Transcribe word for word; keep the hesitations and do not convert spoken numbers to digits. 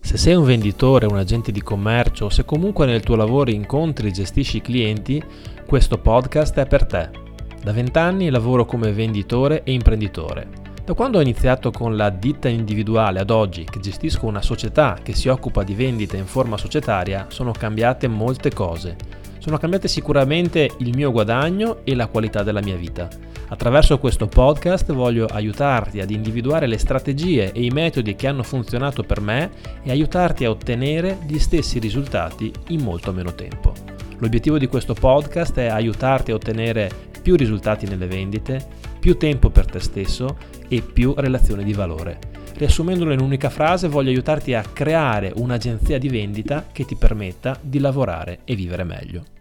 Se sei un venditore, un agente di commercio o se comunque nel tuo lavoro incontri e gestisci clienti, questo podcast è per te. Da vent'anni lavoro come venditore e imprenditore. Da quando ho iniziato con la ditta individuale ad oggi, che gestisco una società che si occupa di vendita in forma societaria, sono cambiate molte cose. Sono cambiate sicuramente il mio guadagno e la qualità della mia vita. Attraverso questo podcast voglio aiutarti ad individuare le strategie e i metodi che hanno funzionato per me e aiutarti a ottenere gli stessi risultati in molto meno tempo. L'obiettivo di questo podcast è aiutarti a ottenere più risultati nelle vendite, più tempo per te stesso e più relazioni di valore. Riassumendolo in un'unica frase, voglio aiutarti a creare un'agenzia di vendita che ti permetta di lavorare e vivere meglio.